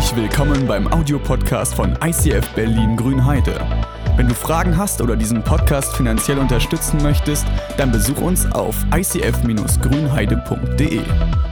Herzlich willkommen beim Audiopodcast von ICF Berlin Grünheide. Wenn du Fragen hast oder diesen Podcast finanziell unterstützen möchtest, dann besuch uns auf icf-grünheide.de.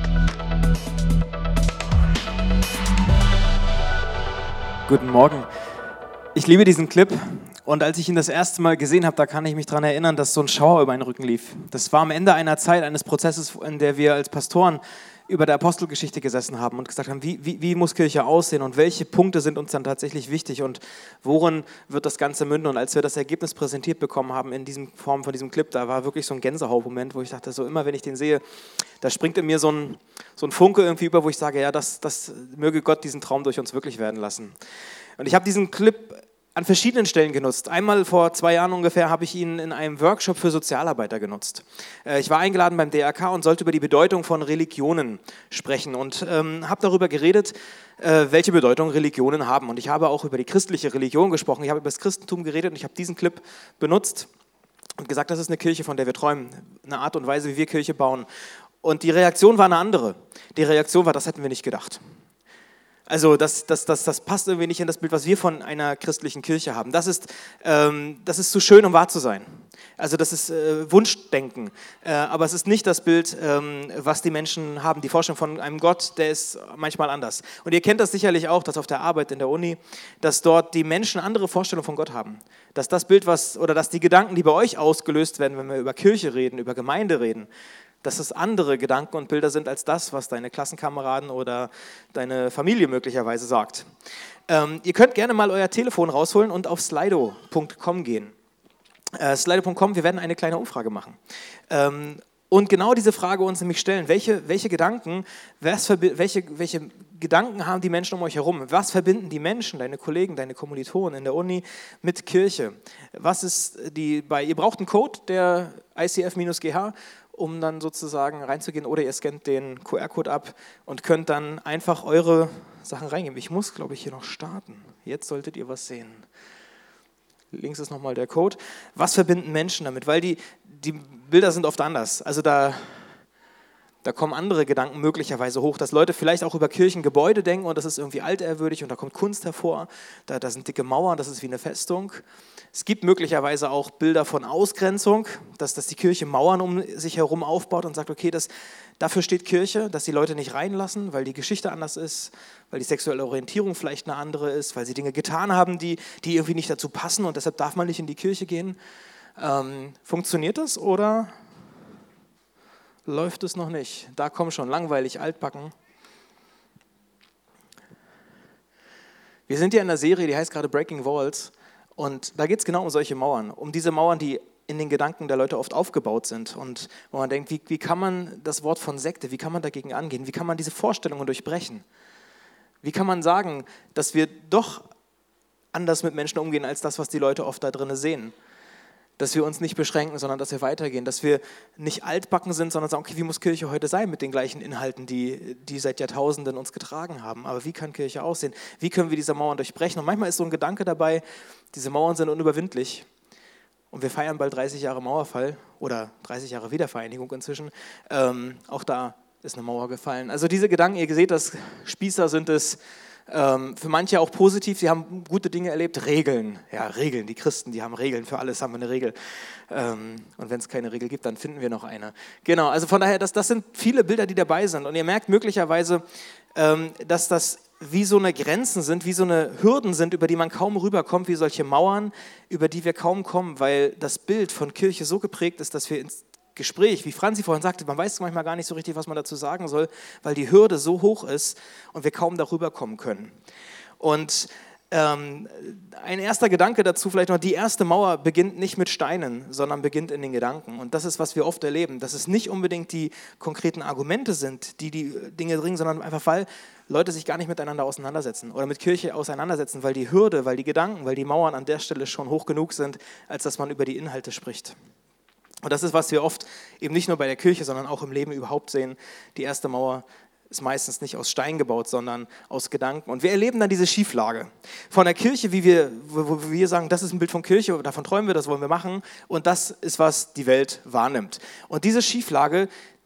Guten Morgen. Ich liebe diesen Clip und als ich ihn das erste Mal gesehen habe, da kann ich mich daran erinnern, dass so ein Schauer über meinen Rücken lief. Das war am Ende einer Zeit, eines Prozesses, in der wir als Pastoren über der Apostelgeschichte gesessen haben und gesagt haben, wie muss Kirche aussehen und welche Punkte sind uns dann tatsächlich wichtig und worin wird das Ganze münden. Und als wir das Ergebnis präsentiert bekommen haben in diesem Form von diesem Clip, da war wirklich so ein Gänsehautmoment, wo ich dachte, so immer wenn ich den sehe, da springt in mir so ein Funke irgendwie über, wo ich sage, ja, das möge Gott diesen Traum durch uns wirklich werden lassen. Und ich habe diesen Clip an verschiedenen Stellen genutzt. Einmal vor 2 Jahren ungefähr habe ich ihn in einem Workshop für Sozialarbeiter genutzt. Ich war eingeladen beim DRK und sollte über die Bedeutung von Religionen sprechen und habe darüber geredet, welche Bedeutung Religionen haben. Und ich habe auch über die christliche Religion gesprochen. Ich habe über das Christentum geredet und ich habe diesen Clip benutzt und gesagt, das ist eine Kirche, von der wir träumen, eine Art und Weise, wie wir Kirche bauen. Und die Reaktion war eine andere. Die Reaktion war, das hätten wir nicht gedacht. Also das passt irgendwie nicht in das Bild, was wir von einer christlichen Kirche haben. Das ist zu schön, um wahr zu sein. Also das ist Wunschdenken. Aber es ist nicht das Bild, was die Menschen haben. Die Vorstellung von einem Gott, der ist manchmal anders. Und ihr kennt das sicherlich auch, dass auf der Arbeit in der Uni, dass dort die Menschen andere Vorstellungen von Gott haben. Dass das Bild, dass die Gedanken, die bei euch ausgelöst werden, wenn wir über Kirche reden, über Gemeinde reden, dass es andere Gedanken und Bilder sind als das, was deine Klassenkameraden oder deine Familie möglicherweise sagt. Ihr könnt gerne mal euer Telefon rausholen und auf slido.com gehen. Slido.com, wir werden eine kleine Umfrage machen. Und genau diese Frage uns nämlich stellen, welche Gedanken haben die Menschen um euch herum? Was verbinden die Menschen, deine Kollegen, deine Kommilitonen in der Uni mit Kirche? Ihr braucht einen Code, der ICF-GH, um dann sozusagen reinzugehen, oder ihr scannt den QR-Code ab und könnt dann einfach eure Sachen reingeben. Ich muss, glaube ich, hier noch starten. Jetzt solltet ihr was sehen. Links ist nochmal der Code. Was verbinden Menschen damit? Weil die Bilder sind oft anders. Also da kommen andere Gedanken möglicherweise hoch, dass Leute vielleicht auch über Kirchengebäude denken und das ist irgendwie altehrwürdig und da kommt Kunst hervor, da sind dicke Mauern, das ist wie eine Festung. Es gibt möglicherweise auch Bilder von Ausgrenzung, dass die Kirche Mauern um sich herum aufbaut und sagt, okay, dafür steht Kirche, dass die Leute nicht reinlassen, weil die Geschichte anders ist, weil die sexuelle Orientierung vielleicht eine andere ist, weil sie Dinge getan haben, die irgendwie nicht dazu passen und deshalb darf man nicht in die Kirche gehen. Funktioniert das oder läuft es noch nicht? Da kommen schon langweilig, altbacken. Wir sind ja in einer Serie, die heißt gerade Breaking Walls und da geht es genau um solche Mauern, um diese Mauern, die in den Gedanken der Leute oft aufgebaut sind und wo man denkt, wie kann man das Wort von Sekte, wie kann man dagegen angehen, wie kann man diese Vorstellungen durchbrechen? Wie kann man sagen, dass wir doch anders mit Menschen umgehen, als das, was die Leute oft da drin sehen? Dass wir uns nicht beschränken, sondern dass wir weitergehen, dass wir nicht altbacken sind, sondern sagen, okay, wie muss Kirche heute sein mit den gleichen Inhalten, die seit Jahrtausenden uns getragen haben. Aber wie kann Kirche aussehen? Wie können wir diese Mauern durchbrechen? Und manchmal ist so ein Gedanke dabei, diese Mauern sind unüberwindlich. Und wir feiern bald 30 Jahre Mauerfall oder 30 Jahre Wiedervereinigung inzwischen. Auch da ist eine Mauer gefallen. Also diese Gedanken, ihr seht, dass Spießer sind es, für manche auch positiv, sie haben gute Dinge erlebt, Regeln, die Christen, die haben Regeln, für alles haben wir eine Regel und wenn es keine Regel gibt, dann finden wir noch eine. Genau, also von daher, das sind viele Bilder, die dabei sind und ihr merkt möglicherweise, dass das wie so eine Grenzen sind, wie so eine Hürden sind, über die man kaum rüberkommt, wie solche Mauern, über die wir kaum kommen, weil das Bild von Kirche so geprägt ist, dass wir ins Gespräch, wie Franzi vorhin sagte, man weiß manchmal gar nicht so richtig, was man dazu sagen soll, weil die Hürde so hoch ist und wir kaum darüber kommen können. Und ein erster Gedanke dazu vielleicht noch, die erste Mauer beginnt nicht mit Steinen, sondern beginnt in den Gedanken. Und das ist, was wir oft erleben, dass es nicht unbedingt die konkreten Argumente sind, die Dinge bringen, sondern einfach, weil Leute sich gar nicht miteinander auseinandersetzen oder mit Kirche auseinandersetzen, weil die Hürde, weil die Gedanken, weil die Mauern an der Stelle schon hoch genug sind, als dass man über die Inhalte spricht. Und das ist, was wir oft eben nicht nur bei der Kirche, sondern auch im Leben überhaupt sehen. Die erste Mauer ist meistens nicht aus Stein gebaut, sondern aus Gedanken. Und wir erleben dann diese Schieflage von der Kirche, wo wir sagen, das ist ein Bild von Kirche, davon träumen wir, das wollen wir machen. Und das ist, was die Welt wahrnimmt. Und diese Schieflage,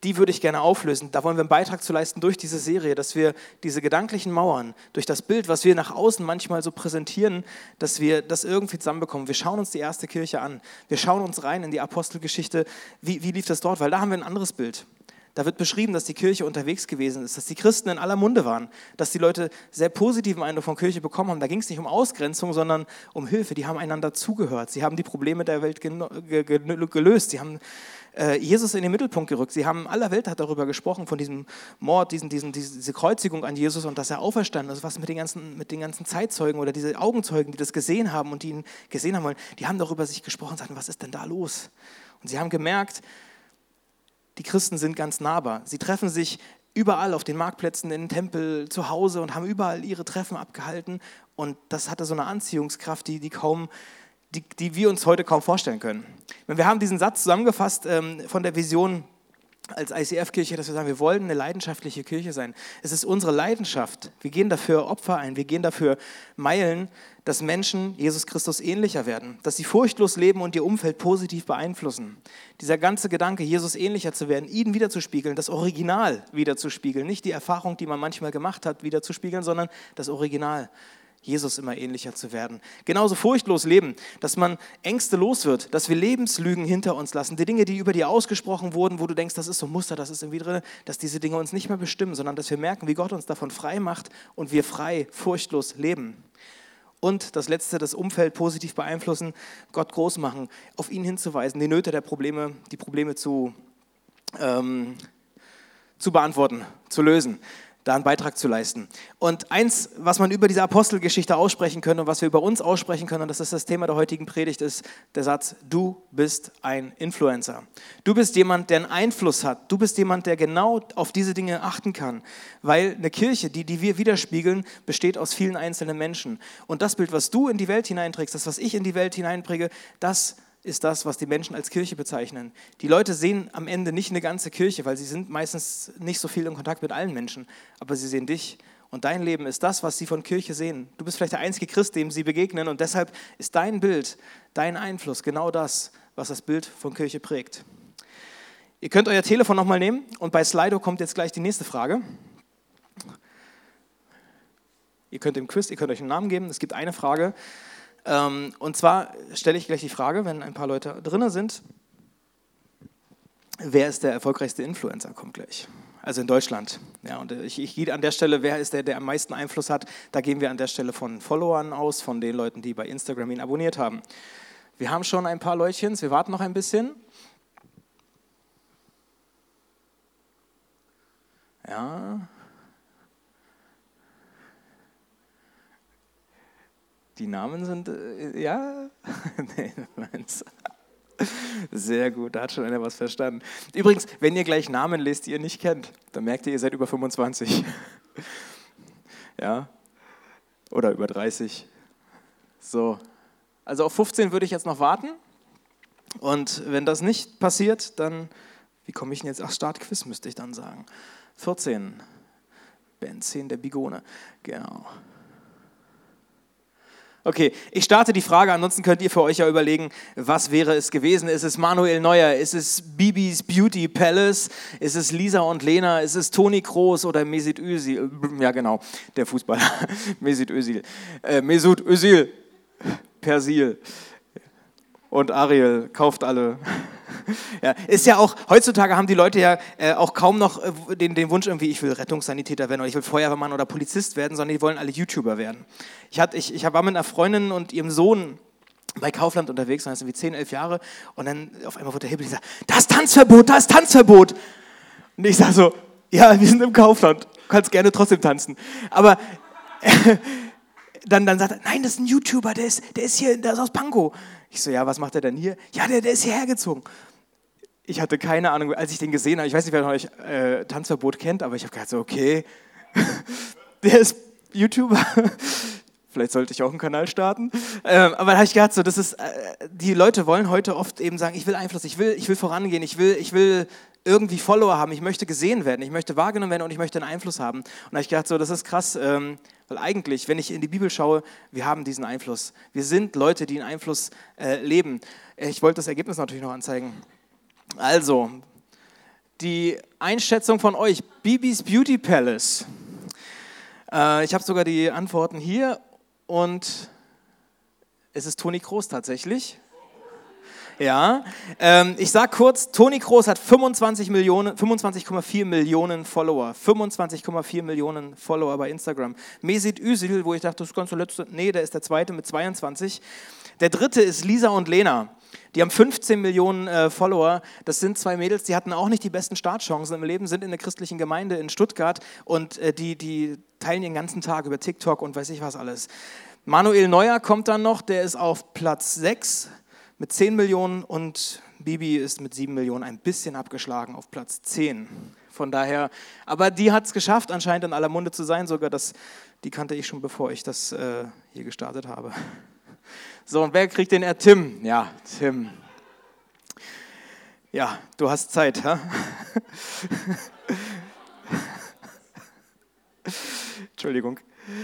die würde ich gerne auflösen. Da wollen wir einen Beitrag zu leisten durch diese Serie, dass wir diese gedanklichen Mauern, durch das Bild, was wir nach außen manchmal so präsentieren, dass wir das irgendwie zusammenbekommen. Wir schauen uns die erste Kirche an. Wir schauen uns rein in die Apostelgeschichte. Wie lief das dort? Weil da haben wir ein anderes Bild. Da wird beschrieben, dass die Kirche unterwegs gewesen ist, dass die Christen in aller Munde waren, dass die Leute sehr positiven Eindruck von Kirche bekommen haben. Da ging es nicht um Ausgrenzung, sondern um Hilfe. Die haben einander zugehört. Sie haben die Probleme der Welt gelöst. Sie haben Jesus in den Mittelpunkt gerückt. Sie haben, aller Welt hat darüber gesprochen, von diesem Mord, diese Kreuzigung an Jesus und dass er auferstanden ist. Was mit den ganzen Zeitzeugen oder diese Augenzeugen, die das gesehen haben und die ihn gesehen haben wollen, die haben darüber sich gesprochen und sagten, was ist denn da los? Und sie haben gemerkt, die Christen sind ganz nahbar. Sie treffen sich überall auf den Marktplätzen, in den Tempel, zu Hause und haben überall ihre Treffen abgehalten. Und das hatte so eine Anziehungskraft, die wir uns heute kaum vorstellen können. Wir haben diesen Satz zusammengefasst von der Vision als ICF-Kirche, dass wir sagen, wir wollen eine leidenschaftliche Kirche sein. Es ist unsere Leidenschaft. Wir gehen dafür Opfer ein, wir gehen dafür Meilen, dass Menschen Jesus Christus ähnlicher werden, dass sie furchtlos leben und ihr Umfeld positiv beeinflussen. Dieser ganze Gedanke, Jesus ähnlicher zu werden, ihn wiederzuspiegeln, das Original wiederzuspiegeln, nicht die Erfahrung, die man manchmal gemacht hat, wiederzuspiegeln, sondern das Original. Jesus immer ähnlicher zu werden. Genauso furchtlos leben, dass man Ängste los wird, dass wir Lebenslügen hinter uns lassen, die Dinge, die über dir ausgesprochen wurden, wo du denkst, das ist so ein Muster, das ist irgendwie drin, dass diese Dinge uns nicht mehr bestimmen, sondern dass wir merken, wie Gott uns davon frei macht und wir frei, furchtlos leben. Und das Letzte, das Umfeld positiv beeinflussen, Gott groß machen, auf ihn hinzuweisen, die Nöte der Probleme, die Probleme zu beantworten, zu lösen, da einen Beitrag zu leisten. Und eins, was man über diese Apostelgeschichte aussprechen könnte und was wir über uns aussprechen können, und das ist das Thema der heutigen Predigt, ist der Satz, du bist ein Influencer. Du bist jemand, der einen Einfluss hat. Du bist jemand, der genau auf diese Dinge achten kann. Weil eine Kirche, die wir widerspiegeln, besteht aus vielen einzelnen Menschen. Und das Bild, was du in die Welt hineinträgst, das, was ich in die Welt hineinpräge, das ist das, was die Menschen als Kirche bezeichnen. Die Leute sehen am Ende nicht eine ganze Kirche, weil sie sind meistens nicht so viel in Kontakt mit allen Menschen, aber sie sehen dich und dein Leben ist das, was sie von Kirche sehen. Du bist vielleicht der einzige Christ, dem sie begegnen und deshalb ist dein Bild, dein Einfluss genau das, was das Bild von Kirche prägt. Ihr könnt euer Telefon nochmal nehmen und bei Slido kommt jetzt gleich die nächste Frage. Ihr könnt im Quiz, ihr könnt euch einen Namen geben, es gibt eine Frage. Und zwar stelle ich gleich die Frage, wenn ein paar Leute drin sind, wer ist der erfolgreichste Influencer? Kommt gleich. Also in Deutschland. Ja, und ich gehe an der Stelle, wer ist der am meisten Einfluss hat? Da gehen wir an der Stelle von Followern aus, von den Leuten, die bei Instagram ihn abonniert haben. Wir haben schon ein paar Leutchens, wir warten noch ein bisschen. Ja. Die Namen sind, ja, nee, meins. Sehr gut, da hat schon einer was verstanden. Übrigens, wenn ihr gleich Namen lest, die ihr nicht kennt, dann merkt ihr seid über 25. Ja, oder über 30. So, also auf 15 würde ich jetzt noch warten. Und wenn das nicht passiert, dann, wie komme ich denn jetzt? Ach, Startquiz müsste ich dann sagen. 14, Benzin der Bigone, genau. Okay, ich starte die Frage, ansonsten könnt ihr für euch ja überlegen, was wäre es gewesen? Ist es Manuel Neuer? Ist es Bibis Beauty Palace? Ist es Lisa und Lena? Ist es Toni Kroos oder Mesut Özil? Ja genau, der Fußballer, Mesut Özil. Mesut Özil, Persil und Ariel, kauft alle. Ja, ist ja auch, heutzutage haben die Leute ja auch kaum noch den Wunsch irgendwie, ich will Rettungssanitäter werden oder ich will Feuerwehrmann oder Polizist werden, sondern die wollen alle YouTuber werden. Ich war mit einer Freundin und ihrem Sohn bei Kaufland unterwegs, das sind wie 10, 11 Jahre und dann auf einmal wurde der Himmel gesagt, da ist Tanzverbot. Und ich sage so, ja, wir sind im Kaufland, du kannst gerne trotzdem tanzen. Aber dann sagt er, nein, das ist ein YouTuber, der ist hier, der ist aus Pankow. Ich so, ja, was macht er denn hier? Ja, der ist hierher gezogen. Ich hatte keine Ahnung, als ich den gesehen habe, ich weiß nicht, wer von euch Tanzverbot kennt, aber ich habe gedacht so, okay, der ist YouTuber, vielleicht sollte ich auch einen Kanal starten. Aber da habe ich gedacht, so, das ist, die Leute wollen heute oft eben sagen, ich will Einfluss, ich will vorangehen, ich will irgendwie Follower haben, ich möchte gesehen werden, ich möchte wahrgenommen werden und ich möchte einen Einfluss haben. Und da habe ich gedacht, so, das ist krass, weil eigentlich, wenn ich in die Bibel schaue, wir haben diesen Einfluss. Wir sind Leute, die einen Einfluss leben. Ich wollte das Ergebnis natürlich noch anzeigen. Also, die Einschätzung von euch. Bibis Beauty Palace. Ich habe sogar die Antworten hier und es ist Toni Kroos tatsächlich. Ja, ich sage kurz, Toni Kroos hat 25,4 Millionen Follower. 25,4 Millionen Follower bei Instagram. Mesut Özil, wo ich dachte, das ist ganz der letzte. Nee, der ist der zweite mit 22. Der dritte ist Lisa und Lena. Die haben 15 Millionen Follower. Das sind zwei Mädels, die hatten auch nicht die besten Startchancen im Leben, sind in der christlichen Gemeinde in Stuttgart und die teilen den ganzen Tag über TikTok und weiß ich was alles. Manuel Neuer kommt dann noch, der ist auf Platz 6 mit 10 Millionen und Bibi ist mit 7 Millionen ein bisschen abgeschlagen auf Platz 10. Von daher, aber die hat es geschafft, anscheinend in aller Munde zu sein, sogar die kannte ich schon, bevor ich das hier gestartet habe. So, und wer kriegt den? Tim. Ja, Tim. Ja, du hast Zeit, hä? Entschuldigung.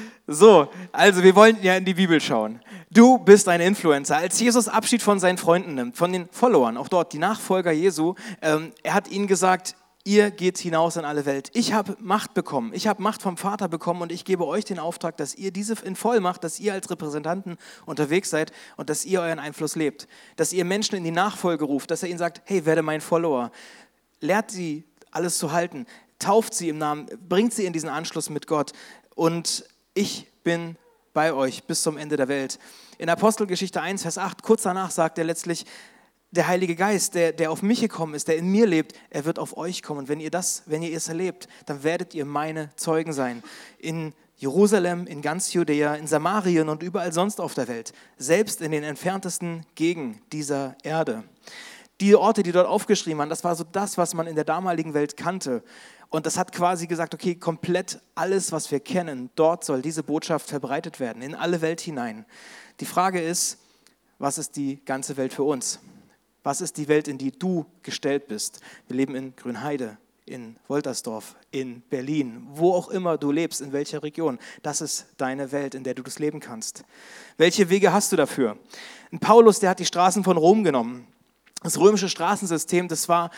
So, also wir wollen ja in die Bibel schauen. Du bist ein Influencer. Als Jesus Abschied von seinen Freunden nimmt, von den Followern, auch dort die Nachfolger Jesu, er hat ihnen gesagt, ihr geht hinaus in alle Welt. Ich habe Macht bekommen, ich habe Macht vom Vater bekommen und ich gebe euch den Auftrag, dass ihr diese in Vollmacht, dass ihr als Repräsentanten unterwegs seid und dass ihr euren Einfluss lebt. Dass ihr Menschen in die Nachfolge ruft, dass er ihnen sagt, hey, werde mein Follower. Lehrt sie, alles zu halten. Tauft sie im Namen, bringt sie in diesen Anschluss mit Gott. Und ich bin bei euch bis zum Ende der Welt. In Apostelgeschichte 1, Vers 8, kurz danach sagt er letztlich, der Heilige Geist, der auf mich gekommen ist, der in mir lebt, er wird auf euch kommen. Und wenn ihr es erlebt, dann werdet ihr meine Zeugen sein. In Jerusalem, in ganz Judäa, in Samarien und überall sonst auf der Welt. Selbst in den entferntesten Gegenden dieser Erde. Die Orte, die dort aufgeschrieben waren, das war so das, was man in der damaligen Welt kannte. Und das hat quasi gesagt, okay, komplett alles, was wir kennen, dort soll diese Botschaft verbreitet werden, in alle Welt hinein. Die Frage ist, was ist die ganze Welt für uns? Was ist die Welt, in die du gestellt bist? Wir leben in Grünheide, in Woltersdorf, in Berlin, wo auch immer du lebst, in welcher Region. Das ist deine Welt, in der du das leben kannst. Welche Wege hast du dafür? Ein Paulus, der hat die Straßen von Rom genommen. Das römische Straßensystem, das war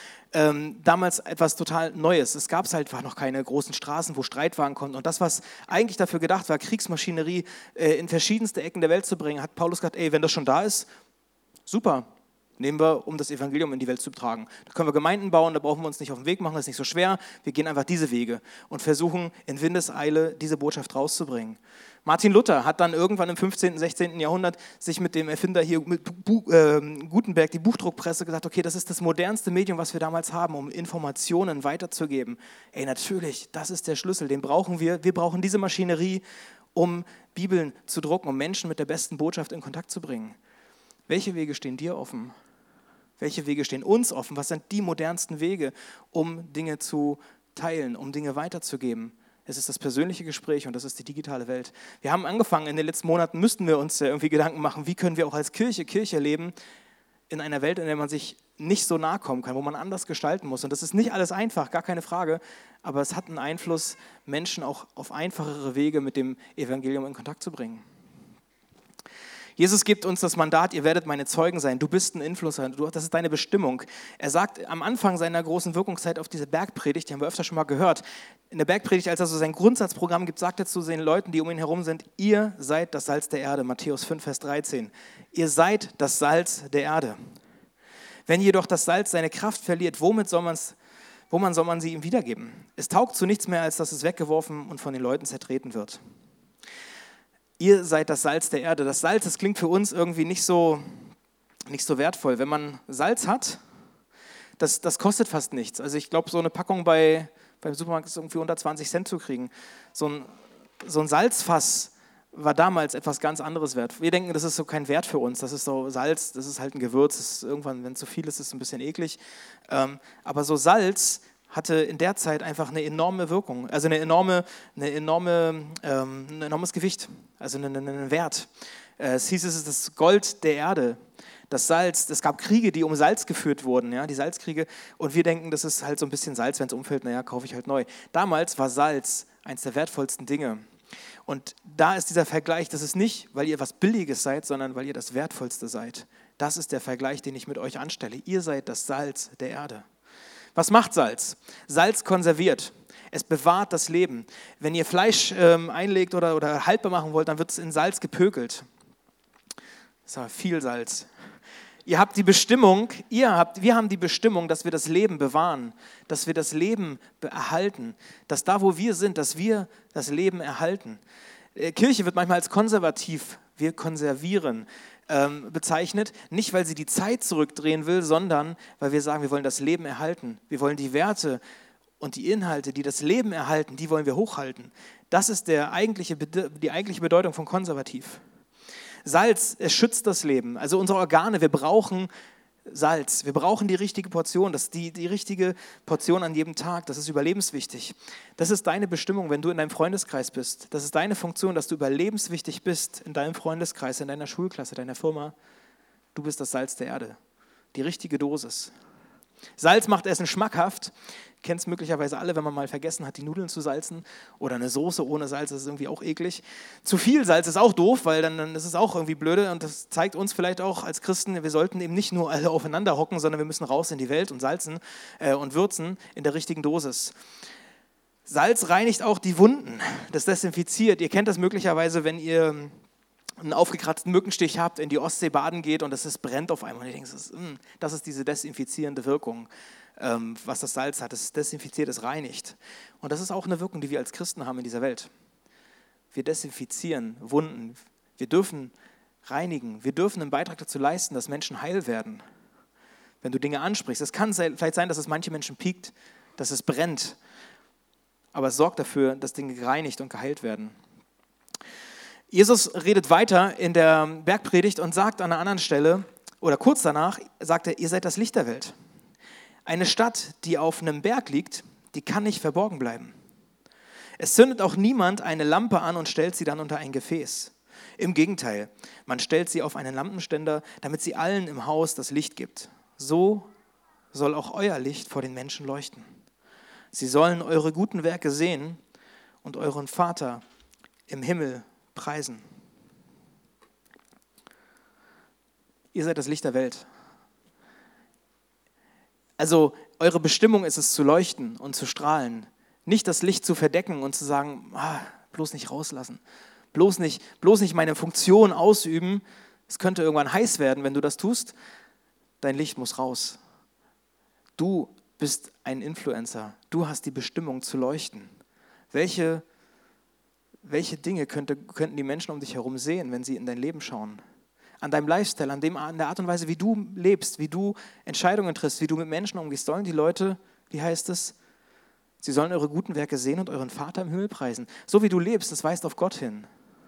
damals etwas total Neues. Es gab halt noch keine großen Straßen, wo Streitwagen konnten. Und das, was eigentlich dafür gedacht war, Kriegsmaschinerie in verschiedenste Ecken der Welt zu bringen, hat Paulus gesagt, ey, wenn das schon da ist, super, nehmen wir, um das Evangelium in die Welt zu tragen. Da können wir Gemeinden bauen, da brauchen wir uns nicht auf den Weg machen, das ist nicht so schwer. Wir gehen einfach diese Wege und versuchen in Windeseile diese Botschaft rauszubringen. Martin Luther hat dann irgendwann im 15., 16. Jahrhundert sich mit dem Erfinder hier mit Gutenberg, die Buchdruckpresse, gesagt, okay, das ist das modernste Medium, was wir damals haben, um Informationen weiterzugeben. Ey, natürlich, das ist der Schlüssel, den brauchen wir. Wir brauchen diese Maschinerie, um Bibeln zu drucken, um Menschen mit der besten Botschaft in Kontakt zu bringen. Welche Wege stehen dir offen? Welche Wege stehen uns offen? Was sind die modernsten Wege, um Dinge zu teilen, um Dinge weiterzugeben? Es ist das persönliche Gespräch und das ist die digitale Welt. Wir haben angefangen, in den letzten Monaten müssten wir uns irgendwie Gedanken machen, wie können wir auch als Kirche leben in einer Welt, in der man sich nicht so nahe kommen kann, wo man anders gestalten muss. Und das ist nicht alles einfach, gar keine Frage, aber es hat einen Einfluss, Menschen auch auf einfachere Wege mit dem Evangelium in Kontakt zu bringen. Jesus gibt uns das Mandat, ihr werdet meine Zeugen sein, du bist ein Influencer, das ist deine Bestimmung. Er sagt am Anfang seiner großen Wirkungszeit auf diese Bergpredigt, die haben wir öfter schon mal gehört, in der Bergpredigt, als er so sein Grundsatzprogramm gibt, sagt er zu den Leuten, die um ihn herum sind, ihr seid das Salz der Erde, Matthäus 5, Vers 13. Ihr seid das Salz der Erde. Wenn jedoch das Salz seine Kraft verliert, woran soll man sie ihm wiedergeben? Es taugt zu nichts mehr, als dass es weggeworfen und von den Leuten zertreten wird. Ihr seid das Salz der Erde. Das Salz, das klingt für uns irgendwie nicht so wertvoll. Wenn man Salz hat, das kostet fast nichts. Also ich glaube, so eine Packung beim Supermarkt ist irgendwie unter 20 Cent zu kriegen. So ein Salzfass war damals etwas ganz anderes wert. Wir denken, das ist so kein Wert für uns. Das ist so Salz, das ist halt ein Gewürz. Das ist irgendwann, wenn es zu viel ist, ist es ein bisschen eklig. Aber so Salz hatte in der Zeit einfach eine enorme Wirkung, also ein enormes Gewicht, also einen Wert. Es hieß, es ist das Gold der Erde, das Salz. Es gab Kriege, die um Salz geführt wurden, ja, die Salzkriege. Und wir denken, das ist halt so ein bisschen Salz, wenn es umfällt, naja, kaufe ich halt neu. Damals war Salz eines der wertvollsten Dinge. Und da ist dieser Vergleich, das ist nicht, weil ihr was Billiges seid, sondern weil ihr das Wertvollste seid. Das ist der Vergleich, den ich mit euch anstelle. Ihr seid das Salz der Erde. Was macht Salz? Salz konserviert. Es bewahrt das Leben. Wenn ihr Fleisch einlegt oder haltbar machen wollt, dann wird es in Salz gepökelt. Das ist aber viel Salz. Wir haben die Bestimmung, dass wir das Leben bewahren, dass wir das Leben erhalten, dass da, wo wir sind, dass wir das Leben erhalten. Kirche wird manchmal als konservativ, wir konservieren, bezeichnet, nicht weil sie die Zeit zurückdrehen will, sondern weil wir sagen, wir wollen das Leben erhalten. Wir wollen die Werte und die Inhalte, die das Leben erhalten, die wollen wir hochhalten. Das ist die eigentliche Bedeutung von konservativ. Salz, es schützt das Leben. Also unsere Organe, wir brauchen Salz. Wir brauchen die richtige Portion, die richtige Portion an jedem Tag. Das ist überlebenswichtig. Das ist deine Bestimmung, wenn du in deinem Freundeskreis bist. Das ist deine Funktion, dass du überlebenswichtig bist in deinem Freundeskreis, in deiner Schulklasse, deiner Firma. Du bist das Salz der Erde. Die richtige Dosis. Salz macht Essen schmackhaft. Kennt es möglicherweise alle, wenn man mal vergessen hat, die Nudeln zu salzen. Oder eine Soße ohne Salz, das ist irgendwie auch eklig. Zu viel Salz ist auch doof, weil dann ist es auch irgendwie blöde. Und das zeigt uns vielleicht auch als Christen, wir sollten eben nicht nur alle aufeinander hocken, sondern wir müssen raus in die Welt und salzen und würzen in der richtigen Dosis. Salz reinigt auch die Wunden, das desinfiziert. Ihr kennt das möglicherweise, wenn ihr einen aufgekratzten Mückenstich habt, in die Ostsee baden geht und es brennt auf einmal. Und ihr denkt, das ist diese desinfizierende Wirkung, was das Salz hat. Es desinfiziert, es reinigt. Und das ist auch eine Wirkung, die wir als Christen haben in dieser Welt. Wir desinfizieren Wunden. Wir dürfen reinigen. Wir dürfen einen Beitrag dazu leisten, dass Menschen heil werden. Wenn du Dinge ansprichst. Es kann vielleicht sein, dass es manche Menschen piekt, dass es brennt. Aber es sorgt dafür, dass Dinge gereinigt und geheilt werden. Jesus redet weiter in der Bergpredigt und sagt an einer anderen Stelle, oder kurz danach, sagt er, ihr seid das Licht der Welt. Eine Stadt, die auf einem Berg liegt, die kann nicht verborgen bleiben. Es zündet auch niemand eine Lampe an und stellt sie dann unter ein Gefäß. Im Gegenteil, man stellt sie auf einen Lampenständer, damit sie allen im Haus das Licht gibt. So soll auch euer Licht vor den Menschen leuchten. Sie sollen eure guten Werke sehen und euren Vater im Himmel preisen. Ihr seid das Licht der Welt. Also eure Bestimmung ist es zu leuchten und zu strahlen. Nicht das Licht zu verdecken und zu sagen, bloß nicht rauslassen. Bloß nicht meine Funktion ausüben. Es könnte irgendwann heiß werden, wenn du das tust. Dein Licht muss raus. Du bist ein Influencer. Du hast die Bestimmung zu leuchten. Welche Dinge könnten die Menschen um dich herum sehen, wenn sie in dein Leben schauen? An deinem Lifestyle, an der Art und Weise, wie du lebst, wie du Entscheidungen triffst, wie du mit Menschen umgehst, sollen die Leute, wie heißt es, sie sollen eure guten Werke sehen und euren Vater im Himmel preisen. So wie du lebst, das weist auf Gott hin.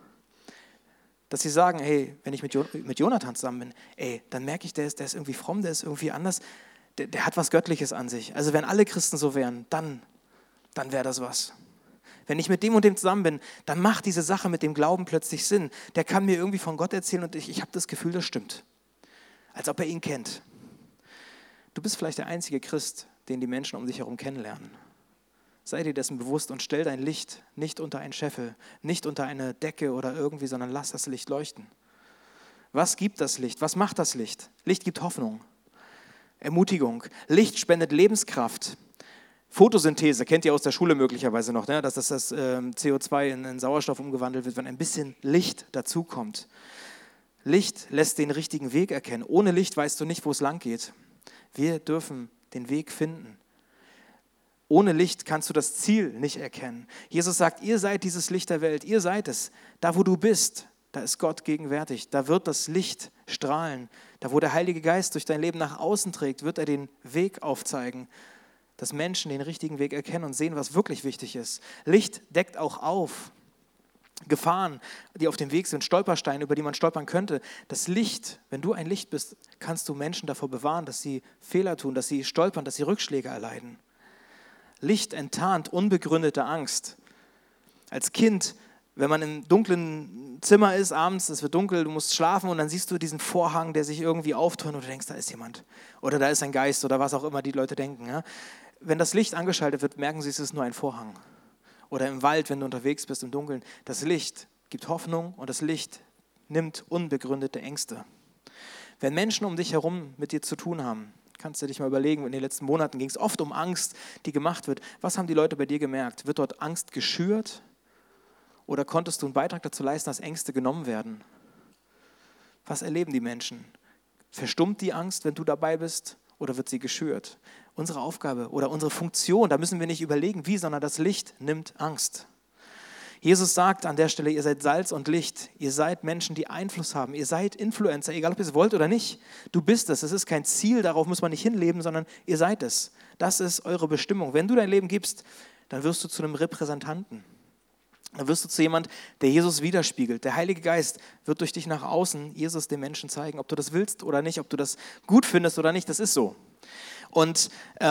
Dass sie sagen, hey, wenn ich mit Jonathan zusammen bin, dann merke ich, der ist irgendwie fromm, der ist irgendwie anders, der hat was Göttliches an sich. Also wenn alle Christen so wären, dann wäre das was. Wenn ich mit dem und dem zusammen bin, dann macht diese Sache mit dem Glauben plötzlich Sinn. Der kann mir irgendwie von Gott erzählen und ich habe das Gefühl, das stimmt. Als ob er ihn kennt. Du bist vielleicht der einzige Christ, den die Menschen um dich herum kennenlernen. Sei dir dessen bewusst und stell dein Licht nicht unter einen Scheffel, nicht unter eine Decke oder irgendwie, sondern lass das Licht leuchten. Was gibt das Licht? Was macht das Licht? Licht gibt Hoffnung, Ermutigung. Licht spendet Lebenskraft. Photosynthese, kennt ihr aus der Schule möglicherweise noch, ne? Dass das CO2 in Sauerstoff umgewandelt wird, wenn ein bisschen Licht dazukommt. Licht lässt den richtigen Weg erkennen. Ohne Licht weißt du nicht, wo es lang geht. Wir dürfen den Weg finden. Ohne Licht kannst du das Ziel nicht erkennen. Jesus sagt, ihr seid dieses Licht der Welt, ihr seid es. Da, wo du bist, da ist Gott gegenwärtig. Da wird das Licht strahlen. Da, wo der Heilige Geist durch dein Leben nach außen trägt, wird er den Weg aufzeigen, dass Menschen den richtigen Weg erkennen und sehen, was wirklich wichtig ist. Licht deckt auch auf Gefahren, die auf dem Weg sind, Stolpersteine, über die man stolpern könnte. Das Licht, wenn du ein Licht bist, kannst du Menschen davor bewahren, dass sie Fehler tun, dass sie stolpern, dass sie Rückschläge erleiden. Licht enttarnt unbegründete Angst. Als Kind, wenn man im dunklen Zimmer ist, abends, es wird dunkel, du musst schlafen und dann siehst du diesen Vorhang, der sich irgendwie auftürmt und du denkst, da ist jemand oder da ist ein Geist oder was auch immer die Leute denken. Ja? Wenn das Licht angeschaltet wird, merken sie, es ist nur ein Vorhang. Oder im Wald, wenn du unterwegs bist im Dunkeln. Das Licht gibt Hoffnung und das Licht nimmt unbegründete Ängste. Wenn Menschen um dich herum mit dir zu tun haben, Kannst du dich mal überlegen, in den letzten Monaten ging es oft um Angst, die gemacht wird. Was haben die Leute bei dir gemerkt? Wird dort Angst geschürt? Oder konntest du einen Beitrag dazu leisten, dass Ängste genommen werden? Was erleben die Menschen? Verstummt die Angst, wenn du dabei bist, oder wird sie geschürt? Unsere Aufgabe oder unsere Funktion, da müssen wir nicht überlegen, wie, sondern das Licht nimmt Angst. Jesus sagt an der Stelle, ihr seid Salz und Licht. Ihr seid Menschen, die Einfluss haben. Ihr seid Influencer, egal ob ihr es wollt oder nicht. Du bist es. Es ist kein Ziel, darauf muss man nicht hinleben, sondern ihr seid es. Das ist eure Bestimmung. Wenn du dein Leben gibst, dann wirst du zu einem Repräsentanten. Dann wirst du zu jemand, der Jesus widerspiegelt. Der Heilige Geist wird durch dich nach außen Jesus den Menschen zeigen, ob du das willst oder nicht, ob du das gut findest oder nicht, das ist so. Und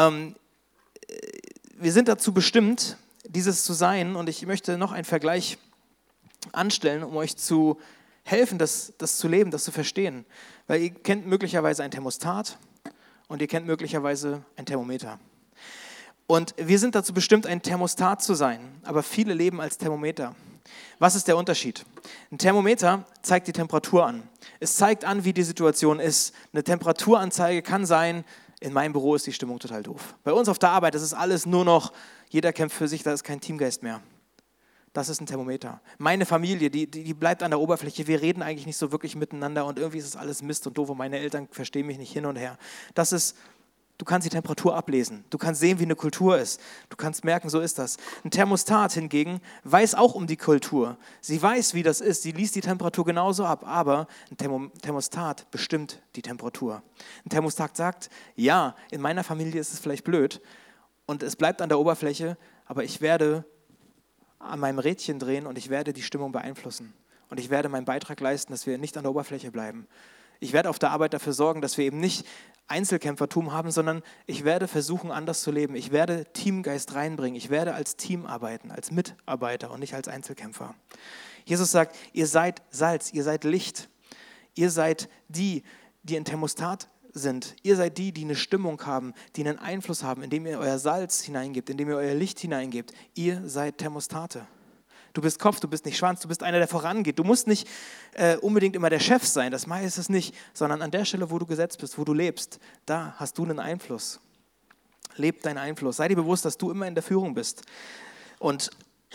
wir sind dazu bestimmt, dieses zu sein. Und ich möchte noch einen Vergleich anstellen, um euch zu helfen, das zu leben, das zu verstehen. Weil ihr kennt möglicherweise ein Thermostat und ihr kennt möglicherweise ein Thermometer. Und wir sind dazu bestimmt, ein Thermostat zu sein, aber viele leben als Thermometer. Was ist der Unterschied? Ein Thermometer zeigt die Temperatur an. Es zeigt an, wie die Situation ist. Eine Temperaturanzeige kann sein, in meinem Büro ist die Stimmung total doof. Bei uns auf der Arbeit, das ist alles nur noch, jeder kämpft für sich, da ist kein Teamgeist mehr. Das ist ein Thermometer. Meine Familie, die bleibt an der Oberfläche. Wir reden eigentlich nicht so wirklich miteinander und irgendwie ist es alles Mist und doof und meine Eltern verstehen mich nicht hin und her. Das ist, du kannst die Temperatur ablesen. Du kannst sehen, wie eine Kultur ist. Du kannst merken, so ist das. Ein Thermostat hingegen weiß auch um die Kultur. Sie weiß, wie das ist. Sie liest die Temperatur genauso ab. Aber ein Thermostat bestimmt die Temperatur. Ein Thermostat sagt, ja, in meiner Familie ist es vielleicht blöd und es bleibt an der Oberfläche, aber ich werde an meinem Rädchen drehen und ich werde die Stimmung beeinflussen. Und ich werde meinen Beitrag leisten, dass wir nicht an der Oberfläche bleiben. Ich werde auf der Arbeit dafür sorgen, dass wir eben nicht Einzelkämpfertum haben, sondern ich werde versuchen, anders zu leben. Ich werde Teamgeist reinbringen. Ich werde als Team arbeiten, als Mitarbeiter und nicht als Einzelkämpfer. Jesus sagt, ihr seid Salz, ihr seid Licht. Ihr seid die ein Thermostat sind. Ihr seid die eine Stimmung haben, die einen Einfluss haben, indem ihr euer Salz hineingebt, indem ihr euer Licht hineingebt. Ihr seid Thermostate. Du bist Kopf, du bist nicht Schwanz, du bist einer, der vorangeht. Du musst nicht unbedingt immer der Chef sein, das ist es nicht, sondern an der Stelle, wo du gesetzt bist, wo du lebst, da hast du einen Einfluss. Leb deinen Einfluss. Sei dir bewusst, dass du immer in der Führung bist. Und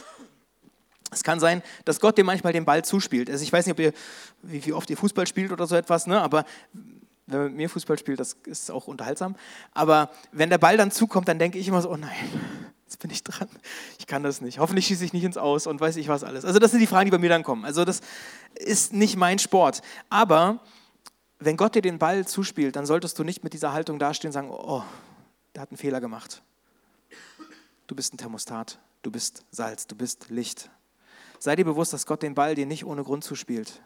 es kann sein, dass Gott dir manchmal den Ball zuspielt. Also ich weiß nicht, wie oft ihr Fußball spielt oder so etwas, ne? Aber wenn man mit mir Fußball spielt, das ist auch unterhaltsam. Aber wenn der Ball dann zukommt, dann denke ich immer so, oh nein, jetzt bin ich dran. Ich kann das nicht. Hoffentlich schieße ich nicht ins Aus und weiß ich was alles. Also das sind die Fragen, die bei mir dann kommen. Also das ist nicht mein Sport. Aber wenn Gott dir den Ball zuspielt, dann solltest du nicht mit dieser Haltung dastehen und sagen, oh, der hat einen Fehler gemacht. Du bist ein Thermostat, du bist Salz, du bist Licht. Sei dir bewusst, dass Gott den Ball dir nicht ohne Grund zuspielt.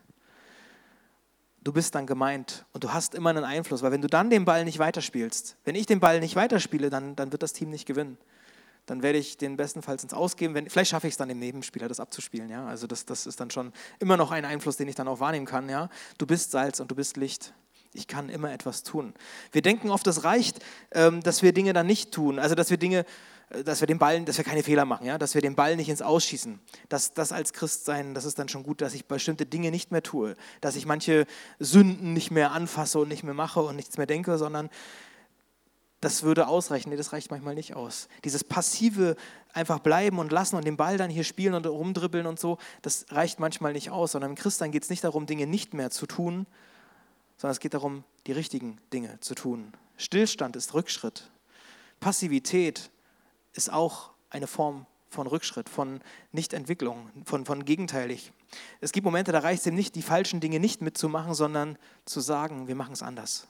Du bist dann gemeint und du hast immer einen Einfluss, weil wenn du dann den Ball nicht weiterspielst, wenn ich den Ball nicht weiterspiele, dann wird das Team nicht gewinnen. Dann werde ich den bestenfalls ins Ausgeben, vielleicht schaffe ich es dann dem Nebenspieler, das abzuspielen. Ja? Also das ist dann schon immer noch ein Einfluss, den ich dann auch wahrnehmen kann. Ja? Du bist Salz und du bist Licht. Ich kann immer etwas tun. Wir denken oft, es reicht, dass wir Dinge dann nicht tun, also dass wir keine Fehler machen, ja? Dass wir den Ball nicht ins Ausschießen. Das als Christsein, das ist dann schon gut, dass ich bestimmte Dinge nicht mehr tue, dass ich manche Sünden nicht mehr anfasse und nicht mehr mache und nichts mehr denke, sondern das würde ausreichen. Nee, das reicht manchmal nicht aus. Dieses passive einfach bleiben und lassen und den Ball dann hier spielen und rumdribbeln und so, das reicht manchmal nicht aus, sondern im Christsein geht es nicht darum, Dinge nicht mehr zu tun, sondern es geht darum, die richtigen Dinge zu tun. Stillstand ist Rückschritt. Passivität ist auch eine Form von Rückschritt, von Nichtentwicklung, von gegenteilig. Es gibt Momente, da reicht es eben nicht, die falschen Dinge nicht mitzumachen, sondern zu sagen, wir machen es anders.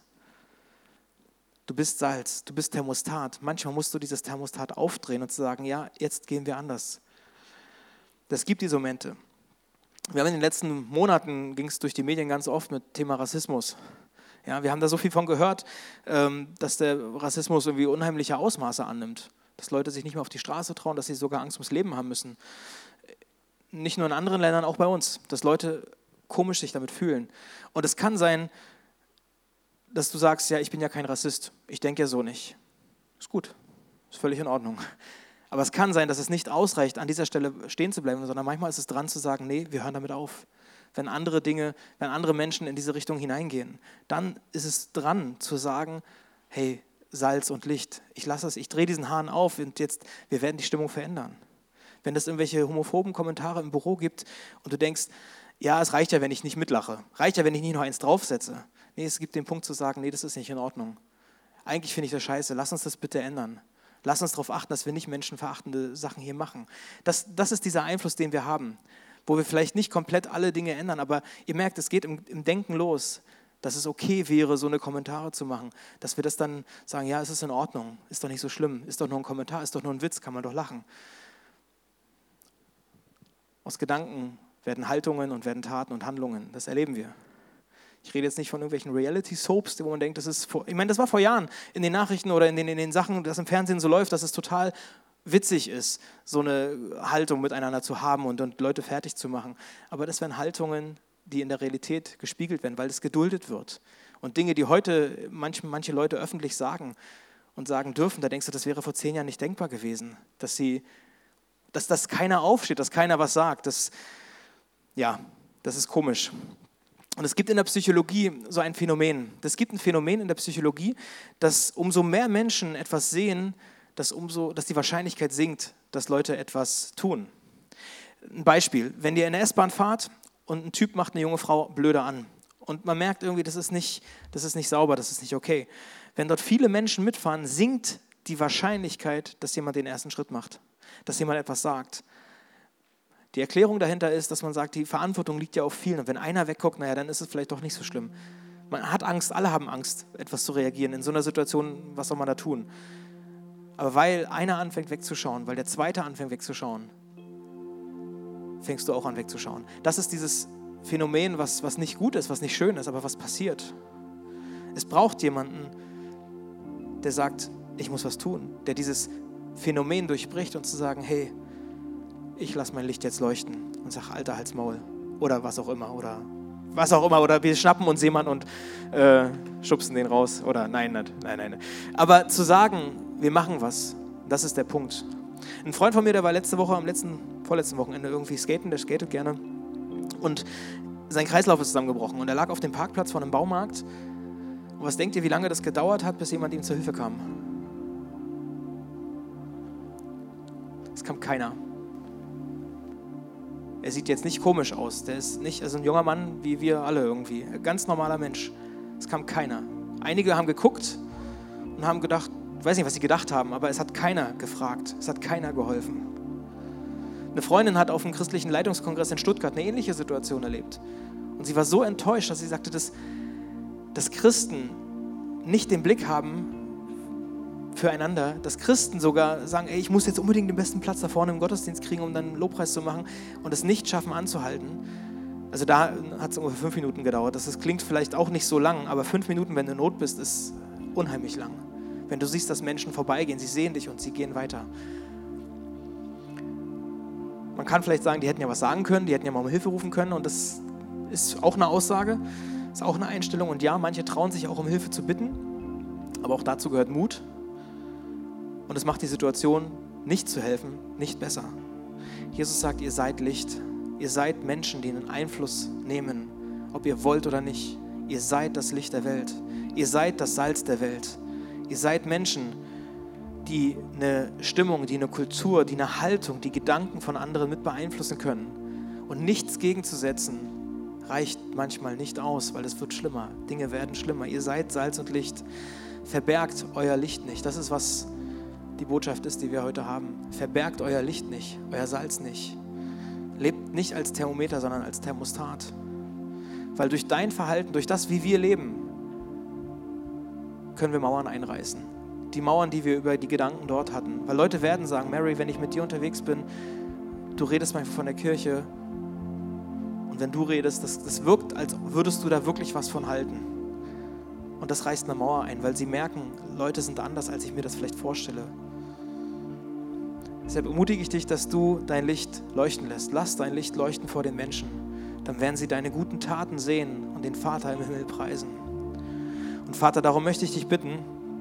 Du bist Salz, du bist Thermostat. Manchmal musst du dieses Thermostat aufdrehen und zu sagen, ja, jetzt gehen wir anders. Es gibt diese Momente. Wir haben in den letzten Monaten, ging es durch die Medien ganz oft mit Thema Rassismus. Ja, wir haben da so viel von gehört, dass der Rassismus irgendwie unheimliche Ausmaße annimmt. Dass Leute sich nicht mehr auf die Straße trauen, dass sie sogar Angst ums Leben haben müssen. Nicht nur in anderen Ländern, auch bei uns. Dass Leute komisch sich damit fühlen. Und es kann sein, dass du sagst, ja, ich bin ja kein Rassist. Ich denke ja so nicht. Ist gut, ist völlig in Ordnung. Aber es kann sein, dass es nicht ausreicht, an dieser Stelle stehen zu bleiben, sondern manchmal ist es dran zu sagen, nee, wir hören damit auf. Wenn andere Menschen in diese Richtung hineingehen, dann ist es dran zu sagen, hey, Salz und Licht. Ich drehe diesen Hahn auf und jetzt, wir werden die Stimmung verändern. Wenn es irgendwelche homophoben Kommentare im Büro gibt und du denkst, ja, es reicht ja, wenn ich nicht mitlache. Reicht ja, wenn ich nicht noch eins draufsetze. Nee, es gibt den Punkt zu sagen, nee, das ist nicht in Ordnung. Eigentlich finde ich das scheiße. Lass uns das bitte ändern. Lass uns darauf achten, dass wir nicht menschenverachtende Sachen hier machen. Das ist dieser Einfluss, den wir haben, wo wir vielleicht nicht komplett alle Dinge ändern, aber ihr merkt, es geht im Denken los, dass es okay wäre, so eine Kommentare zu machen, dass wir das dann sagen, ja, es ist in Ordnung, ist doch nicht so schlimm, ist doch nur ein Kommentar, ist doch nur ein Witz, kann man doch lachen. Aus Gedanken werden Haltungen und werden Taten und Handlungen, das erleben wir. Ich rede jetzt nicht von irgendwelchen Reality-Soaps, wo man denkt, das war vor Jahren in den Nachrichten oder in den Sachen, das im Fernsehen so läuft, dass es total witzig ist, so eine Haltung miteinander zu haben und Leute fertig zu machen. Aber das wären Haltungen, die in der Realität gespiegelt werden, weil es geduldet wird. Und Dinge, die heute manche Leute öffentlich sagen und sagen dürfen, da denkst du, das wäre vor 10 Jahren nicht denkbar gewesen, dass keiner aufsteht, dass keiner was sagt. Das ist komisch. Und es gibt in der Psychologie so ein Phänomen. Es gibt ein Phänomen in der Psychologie, dass umso mehr Menschen etwas sehen, dass die Wahrscheinlichkeit sinkt, dass Leute etwas tun. Ein Beispiel, wenn ihr in der S-Bahn fahrt und ein Typ macht eine junge Frau blöde an und man merkt irgendwie, das ist nicht sauber, das ist nicht okay. Wenn dort viele Menschen mitfahren, sinkt die Wahrscheinlichkeit, dass jemand den ersten Schritt macht, dass jemand etwas sagt. Die Erklärung dahinter ist, dass man sagt, die Verantwortung liegt ja auf vielen und wenn einer wegguckt, dann ist es vielleicht doch nicht so schlimm. Man hat Angst, alle haben Angst, etwas zu reagieren. In so einer Situation, was soll man da tun? Aber weil einer anfängt wegzuschauen, weil der zweite anfängt wegzuschauen, fängst du auch an wegzuschauen. Das ist dieses Phänomen, was nicht gut ist, was nicht schön ist, aber was passiert. Es braucht jemanden, der sagt, ich muss was tun, der dieses Phänomen durchbricht und zu sagen, hey, ich lasse mein Licht jetzt leuchten und sage, Alter, halt's Maul. Oder was auch immer. Oder wir schnappen uns jemanden und schubsen den raus. Oder nein. Aber zu sagen, wir machen was, das ist der Punkt. Ein Freund von mir, der war letzte Woche, vorletzten Wochenende irgendwie skaten, der skatet gerne. Und sein Kreislauf ist zusammengebrochen und er lag auf dem Parkplatz von einem Baumarkt. Und was denkt ihr, wie lange das gedauert hat, bis jemand ihm zur Hilfe kam? Es kam keiner. Er sieht jetzt nicht komisch aus. Der ist ein junger Mann, wie wir alle irgendwie. Ein ganz normaler Mensch. Es kam keiner. Einige haben geguckt und haben gedacht, ich weiß nicht, was sie gedacht haben, aber es hat keiner gefragt. Es hat keiner geholfen. Eine Freundin hat auf einem christlichen Leitungskongress in Stuttgart eine ähnliche Situation erlebt. Und sie war so enttäuscht, dass sie sagte, dass Christen nicht den Blick haben füreinander, dass Christen sogar sagen, ey, ich muss jetzt unbedingt den besten Platz da vorne im Gottesdienst kriegen, um dann einen Lobpreis zu machen und es nicht schaffen anzuhalten. Also da hat es ungefähr 5 Minuten gedauert. Das klingt vielleicht auch nicht so lang, aber 5 Minuten, wenn du in Not bist, ist unheimlich lang. Wenn du siehst, dass Menschen vorbeigehen, sie sehen dich und sie gehen weiter. Man kann vielleicht sagen, die hätten ja was sagen können, die hätten ja mal um Hilfe rufen können und das ist auch eine Aussage, ist auch eine Einstellung und ja, manche trauen sich auch um Hilfe zu bitten, aber auch dazu gehört Mut. Und es macht die Situation, nicht zu helfen, nicht besser. Jesus sagt, ihr seid Licht. Ihr seid Menschen, die einen Einfluss nehmen, ob ihr wollt oder nicht. Ihr seid das Licht der Welt. Ihr seid das Salz der Welt. Ihr seid Menschen, die eine Stimmung, die eine Kultur, die eine Haltung, die Gedanken von anderen mit beeinflussen können. Und nichts gegenzusetzen reicht manchmal nicht aus, weil es wird schlimmer. Dinge werden schlimmer. Ihr seid Salz und Licht. Verbergt euer Licht nicht. Das ist, was die Botschaft ist, die wir heute haben. Verbergt euer Licht nicht, euer Salz nicht. Lebt nicht als Thermometer, sondern als Thermostat. Weil durch dein Verhalten, durch das, wie wir leben, können wir Mauern einreißen. Die Mauern, die wir über die Gedanken dort hatten. Weil Leute werden sagen, Mary, wenn ich mit dir unterwegs bin, du redest manchmal von der Kirche und wenn du redest, das wirkt, als würdest du da wirklich was von halten. Und das reißt eine Mauer ein, weil sie merken, Leute sind anders, als ich mir das vielleicht vorstelle. Deshalb ermutige ich dich, dass du dein Licht leuchten lässt. Lass dein Licht leuchten vor den Menschen. Dann werden sie deine guten Taten sehen und den Vater im Himmel preisen. Und Vater, darum möchte ich dich bitten,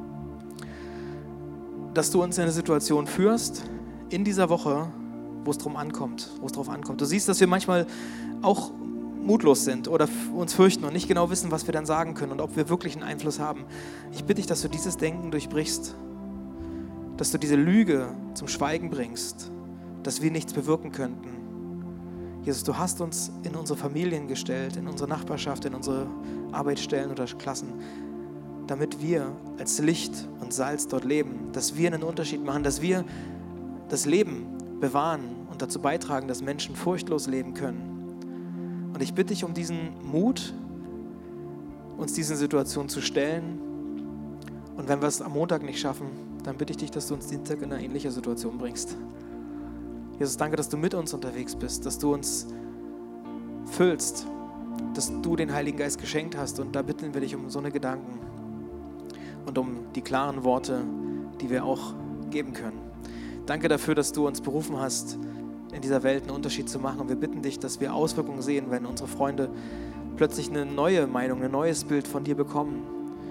dass du uns in eine Situation führst, in dieser Woche, wo es drauf ankommt. Du siehst, dass wir manchmal auch mutlos sind oder uns fürchten und nicht genau wissen, was wir dann sagen können und ob wir wirklich einen Einfluss haben. Ich bitte dich, dass du dieses Denken durchbrichst, dass du diese Lüge zum Schweigen bringst, dass wir nichts bewirken könnten. Jesus, du hast uns in unsere Familien gestellt, in unsere Nachbarschaft, in unsere Arbeitsstellen oder Klassen, damit wir als Licht und Salz dort leben, dass wir einen Unterschied machen, dass wir das Leben bewahren und dazu beitragen, dass Menschen furchtlos leben können. Und ich bitte dich um diesen Mut, uns diesen Situationen zu stellen. Und wenn wir es am Montag nicht schaffen, dann bitte ich dich, dass du uns Dienstag in eine ähnliche Situation bringst. Jesus, danke, dass du mit uns unterwegs bist, dass du uns füllst, dass du den Heiligen Geist geschenkt hast. Und da bitten wir dich um so eine Gedanken und um die klaren Worte, die wir auch geben können. Danke dafür, dass du uns berufen hast, in dieser Welt einen Unterschied zu machen. Und wir bitten dich, dass wir Auswirkungen sehen, wenn unsere Freunde plötzlich eine neue Meinung, ein neues Bild von dir bekommen.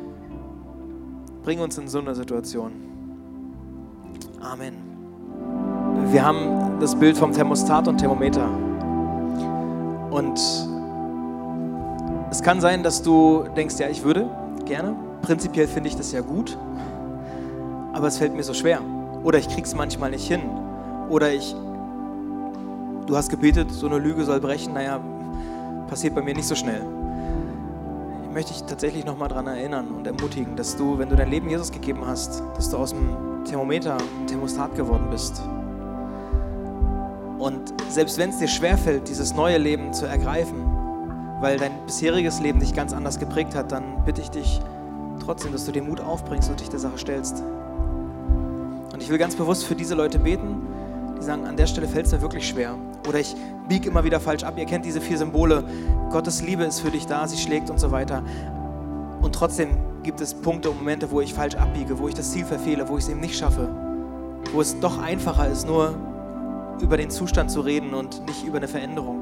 Bring uns in so eine Situation. Amen. Wir haben das Bild vom Thermostat und Thermometer. Und es kann sein, dass du denkst, ja, ich würde gerne. Prinzipiell finde ich das ja gut. Aber es fällt mir so schwer. Oder ich krieg's manchmal nicht hin. Oder du hast gebetet, so eine Lüge soll brechen. Naja, passiert bei mir nicht so schnell. Ich möchte dich tatsächlich nochmal daran erinnern und ermutigen, dass du, wenn du dein Leben Jesus gegeben hast, dass du aus dem Thermometer ein Thermostat geworden bist. Und selbst wenn es dir schwerfällt, dieses neue Leben zu ergreifen, weil dein bisheriges Leben dich ganz anders geprägt hat, dann bitte ich dich trotzdem, dass du den Mut aufbringst und dich der Sache stellst. Und ich will ganz bewusst für diese Leute beten, die sagen, an der Stelle fällt es mir wirklich schwer. Oder ich biege immer wieder falsch ab. Ihr kennt diese 4 Symbole. Gottes Liebe ist für dich da, sie schlägt und so weiter. Und trotzdem gibt es Punkte und Momente, wo ich falsch abbiege, wo ich das Ziel verfehle, wo ich es eben nicht schaffe. Wo es doch einfacher ist, nur über den Zustand zu reden und nicht über eine Veränderung.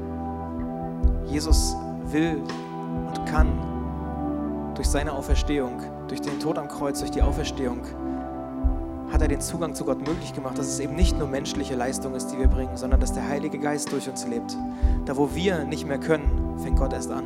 Jesus will und kann durch seine Auferstehung, durch den Tod am Kreuz, durch die Auferstehung, hat er den Zugang zu Gott möglich gemacht, dass es eben nicht nur menschliche Leistung ist, die wir bringen, sondern dass der Heilige Geist durch uns lebt. Da, wo wir nicht mehr können, fängt Gott erst an.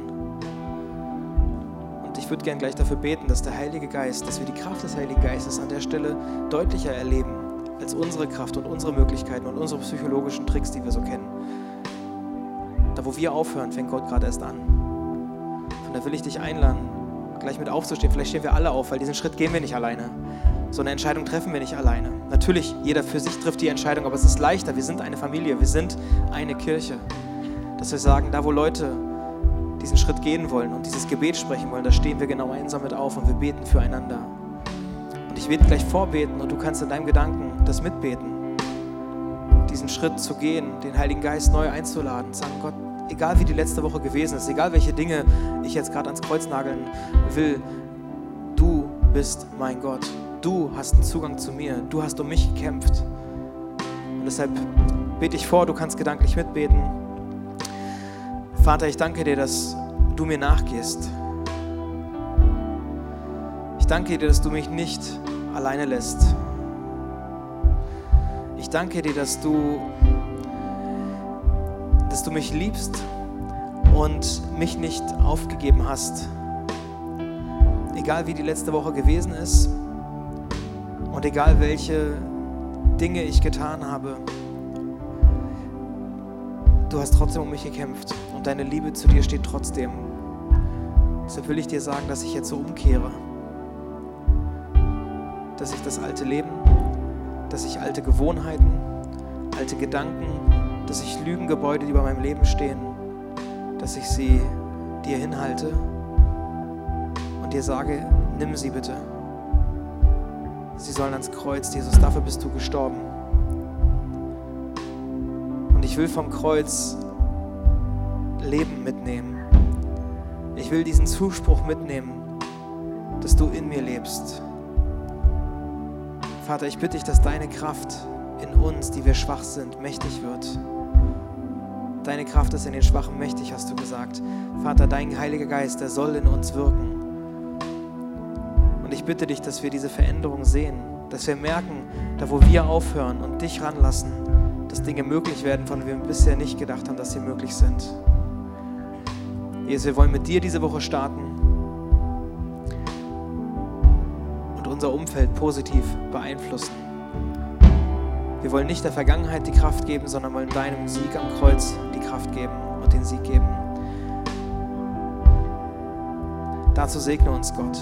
Und ich würde gerne gleich dafür beten, dass der Heilige Geist, dass wir die Kraft des Heiligen Geistes an der Stelle deutlicher erleben, als unsere Kraft und unsere Möglichkeiten und unsere psychologischen Tricks, die wir so kennen. Da, wo wir aufhören, fängt Gott gerade erst an. Und da will ich dich einladen, gleich mit aufzustehen. Vielleicht stehen wir alle auf, weil diesen Schritt gehen wir nicht alleine. So eine Entscheidung treffen wir nicht alleine. Natürlich, jeder für sich trifft die Entscheidung, aber es ist leichter. Wir sind eine Familie, wir sind eine Kirche. Dass wir sagen, da wo Leute diesen Schritt gehen wollen und dieses Gebet sprechen wollen, da stehen wir gemeinsam mit auf und wir beten füreinander. Und ich werde gleich vorbeten und du kannst in deinem Gedanken das mitbeten. Diesen Schritt zu gehen, den Heiligen Geist neu einzuladen, sagen, Gott, egal wie die letzte Woche gewesen ist, egal welche Dinge ich jetzt gerade ans Kreuz nageln will, du bist mein Gott. Du hast einen Zugang zu mir. Du hast um mich gekämpft. Und deshalb bete ich vor, du kannst gedanklich mitbeten. Vater, ich danke dir, dass du mir nachgehst. Ich danke dir, dass du mich nicht alleine lässt. Ich danke dir, dass du mich liebst und mich nicht aufgegeben hast. Egal wie die letzte Woche gewesen ist und egal welche Dinge ich getan habe, du hast trotzdem um mich gekämpft und deine Liebe zu dir steht trotzdem. Deshalb will ich dir sagen, dass ich jetzt so umkehre, dass ich das alte Leben, dass ich alte Gewohnheiten, alte Gedanken, dass ich Lügengebäude, die bei meinem Leben stehen, dass ich sie dir hinhalte und dir sage, nimm sie bitte. Sie sollen ans Kreuz, Jesus, dafür bist du gestorben. Und ich will vom Kreuz Leben mitnehmen. Ich will diesen Zuspruch mitnehmen, dass du in mir lebst. Vater, ich bitte dich, dass deine Kraft in uns, die wir schwach sind, mächtig wird. Deine Kraft ist in den Schwachen mächtig, hast du gesagt. Vater, dein Heiliger Geist, der soll in uns wirken. Und ich bitte dich, dass wir diese Veränderung sehen, dass wir merken, da wo wir aufhören und dich ranlassen, dass Dinge möglich werden, von denen wir bisher nicht gedacht haben, dass sie möglich sind. Jesus, wir wollen mit dir diese Woche starten und unser Umfeld positiv beeinflussen. Wir wollen nicht der Vergangenheit die Kraft geben, sondern wollen deinem Sieg am Kreuz die Kraft geben und den Sieg geben. Dazu segne uns Gott.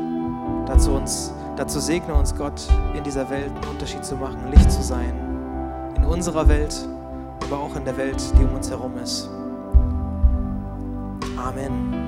Dazu segne uns Gott, in dieser Welt einen Unterschied zu machen, Licht zu sein. In unserer Welt, aber auch in der Welt, die um uns herum ist. Amen.